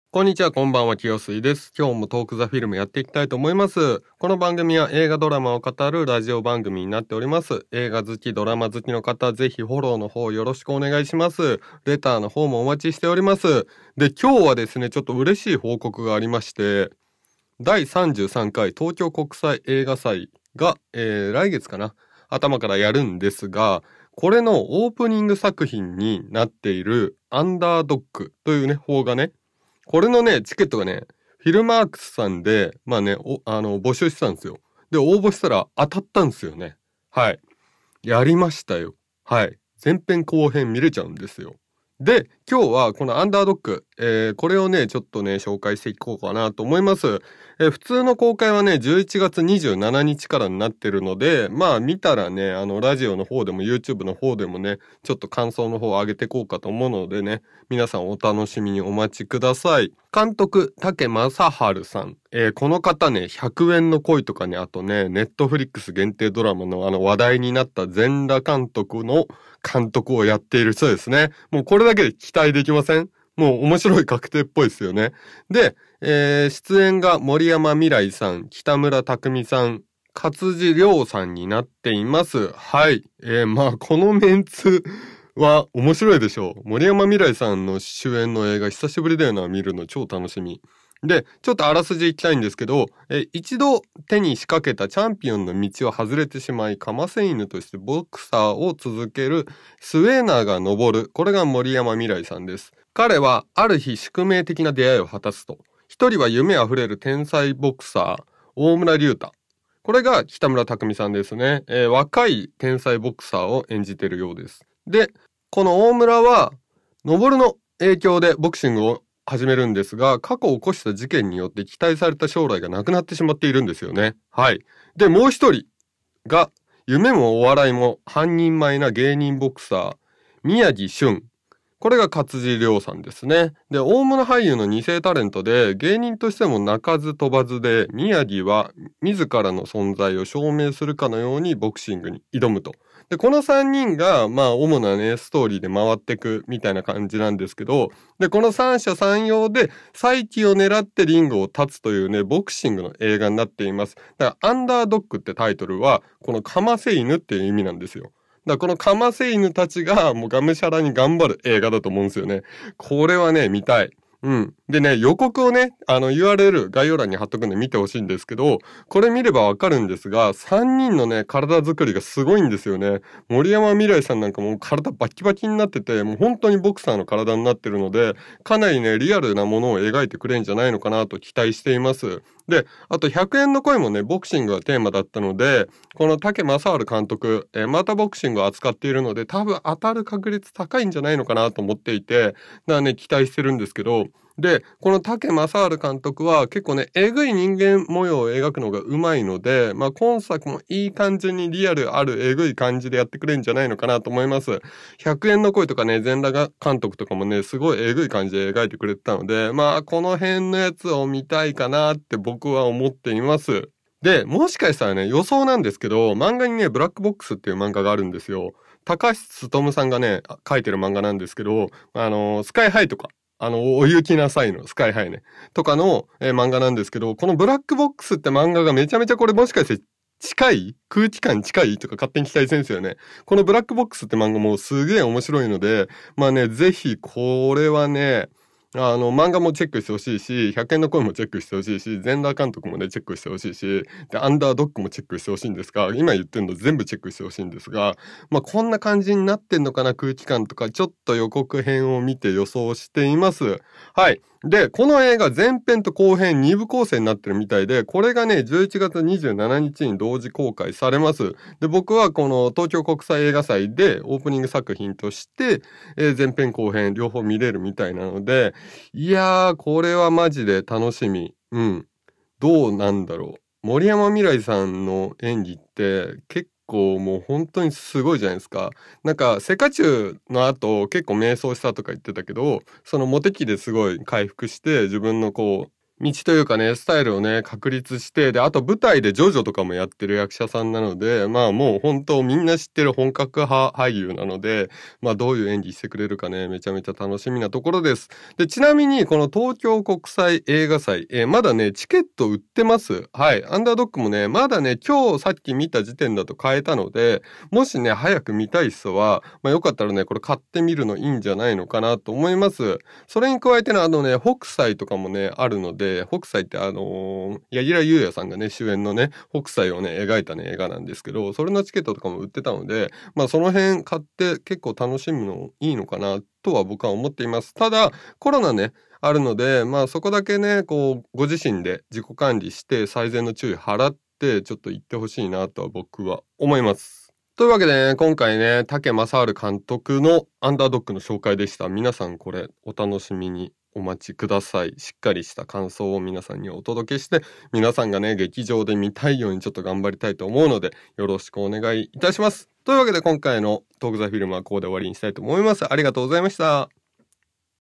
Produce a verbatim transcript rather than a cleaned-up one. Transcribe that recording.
こんにちは、こんばんは、清水です。今日もトークザフィルムやっていきたいと思います。この番組は映画ドラマを語るラジオ番組になっております。映画好き、ドラマ好きの方、ぜひフォローの方よろしくお願いします。レターの方もお待ちしております。で、今日はですね、ちょっと嬉しい報告がありまして、だいさんじゅうさんかい東京国際映画祭が、えー、来月かな、頭からやるんですが、これのオープニング作品になっているアンダードッグというね、方がね、これのね、チケットがね、フィルマークスさんで、まあね、お、あの、募集してたんですよ。で、応募したら当たったんですよね。はい。やりましたよ。はい。前編後編見れちゃうんですよ。で、今日はこのアンダードッグ、えー、これをね、ちょっとね、紹介していこうかなと思います。えー、普通の公開はね、じゅういちがつにじゅうしちにちからになってるので、まあ見たらね、あの、ラジオの方でも YouTube の方でもね、ちょっと感想の方を上げていこうかと思うのでね、皆さんお楽しみにお待ちください。監督、竹正治さん。えー、この方ね、ひゃくえんの恋とかね、あとね、ネットフリックス限定ドラマのあの話題になった全裸監督の監督をやっている人ですね。もうこれだけで期待できません？もう面白い確定っぽいですよね。で、えー、出演が森山未來さん、北村匠海さん、勝地涼さんになっています。はい。えー、まあこのメンツは面白いでしょう。森山未來さんの主演の映画久しぶりだよな、見るの超楽しみ。で、ちょっとあらすじ言いたいんですけど、え一度手に仕掛けたチャンピオンの道を外れてしまい、かませ犬としてボクサーを続けるスウェーナーが登る。これが森山未來さんです。彼はある日宿命的な出会いを果たすと。一人は夢あふれる天才ボクサー、大村隆太。これが北村匠海さんですね。えー、若い天才ボクサーを演じているようです。で、この大村は、登の影響でボクシングを始めるんですが、過去起こした事件によって期待された将来がなくなってしまっているんですよね。はい。で、もう一人が、夢もお笑いも半人前な芸人ボクサー、宮城俊。これが勝地涼さんですね。で、大物俳優の二世タレントで、芸人としても鳴かず飛ばずで、宮城は自らの存在を証明するかのようにボクシングに挑むと。で、このさんにんが、まあ、主なね、ストーリーで回っていくみたいな感じなんですけど、で、この三者三様で、再起を狙ってリングを立つというね、ボクシングの映画になっています。だから、アンダードッグってタイトルは、このかませ犬っていう意味なんですよ。だからこのかませ犬たちがもうがむしゃらに頑張る映画だと思うんですよね。これはね、見たい。うん。でね、予告をね、あの ユーアールエル 概要欄に貼っとくんで見てほしいんですけど、これ見ればわかるんですが、さんにんのね、体作りがすごいんですよね。森山未來さんなんかもう体バキバキになってて、もう本当にボクサーの体になってるので、かなりね、リアルなものを描いてくれんじゃないのかなと期待しています。で、あとひゃくえんの恋もね、ボクシングがテーマだったので、この竹正治監督、えー、またボクシングを扱っているので、多分当たる確率高いんじゃないのかなと思っていて、だからね、期待してるんですけど、で、この竹正治監督は結構ね、えぐい人間模様を描くのがうまいので、まあ今作もいい感じにリアルあるえぐい感じでやってくれるんじゃないのかなと思います。ひゃくえんの恋とかね、全裸監督とかもね、すごいえぐい感じで描いてくれてたので、まあこの辺のやつを見たいかなって僕は思っています。で、もしかしたらね、予想なんですけど、漫画にね、ブラックボックスっていう漫画があるんですよ。高橋勉さんがね、書いてる漫画なんですけど、あのー、スカイハイとか、あの、お行きなさいの、スカイハイね。とかの、えー、漫画なんですけど、このブラックボックスって漫画がめちゃめちゃこれもしかして近い空気感近いとか勝手に期待してるんですよね。このブラックボックスって漫画もすげえ面白いので、まあね、ぜひこれはね、あの、漫画もチェックしてほしいし、ひゃくえんの声もチェックしてほしいし、全裸監督もね、チェックしてほしいし、で、アンダードッグもチェックしてほしいんですが、今言ってるの全部チェックしてほしいんですが、まあ、こんな感じになってんのかな、空気感とか、ちょっと予告編を見て予想しています。はい。で、この映画前編と後編に部構成になってるみたいで、これがね、じゅういちがつにじゅうしちにちに同時公開されます。で、僕はこの東京国際映画祭でオープニング作品として、えー、前編後編両方見れるみたいなので、いやー、これはマジで楽しみ。うん。どうなんだろう。森山未來さんの演技って結構もう本当にすごいじゃないですか。なんか、セカチュウの後結構迷走したとか言ってたけど、そのモテ期ですごい回復して自分のこう、 道というかね、スタイルをね、確立して、で、あと舞台でジョジョとかもやってる役者さんなので、まあもう本当みんな知ってる本格派俳優なので、まあどういう演技してくれるかね、めちゃめちゃ楽しみなところです。で、ちなみにこの東京国際映画祭、えーまだね、チケット売ってます。はい。アンダードッグもね、まだね、今日さっき見た時点だと買えたので、もしね、早く見たい人は、まあよかったらね、これ買ってみるのいいんじゃないのかなと思います。それに加えてね、あのね、北斎とかもね、あるので、北斎ってあのー、柳楽優弥さんがね、主演のね、北斎をね、描いたね、映画なんですけど、それのチケットとかも売ってたので、まあその辺買って結構楽しむのいいのかなとは僕は思っています。ただ、コロナね、あるので、まあそこだけね、こう、ご自身で自己管理して最善の注意払って、ちょっと言ってほしいなとは僕は思います。というわけでね、今回ね、武正治監督のアンダードッグの紹介でした。皆さんこれお楽しみにお待ちください。しっかりした感想を皆さんにお届けして、皆さんがね、劇場で見たいようにちょっと頑張りたいと思うので、よろしくお願いいたします。というわけで今回のトークザフィルムはここで終わりにしたいと思います。ありがとうございました。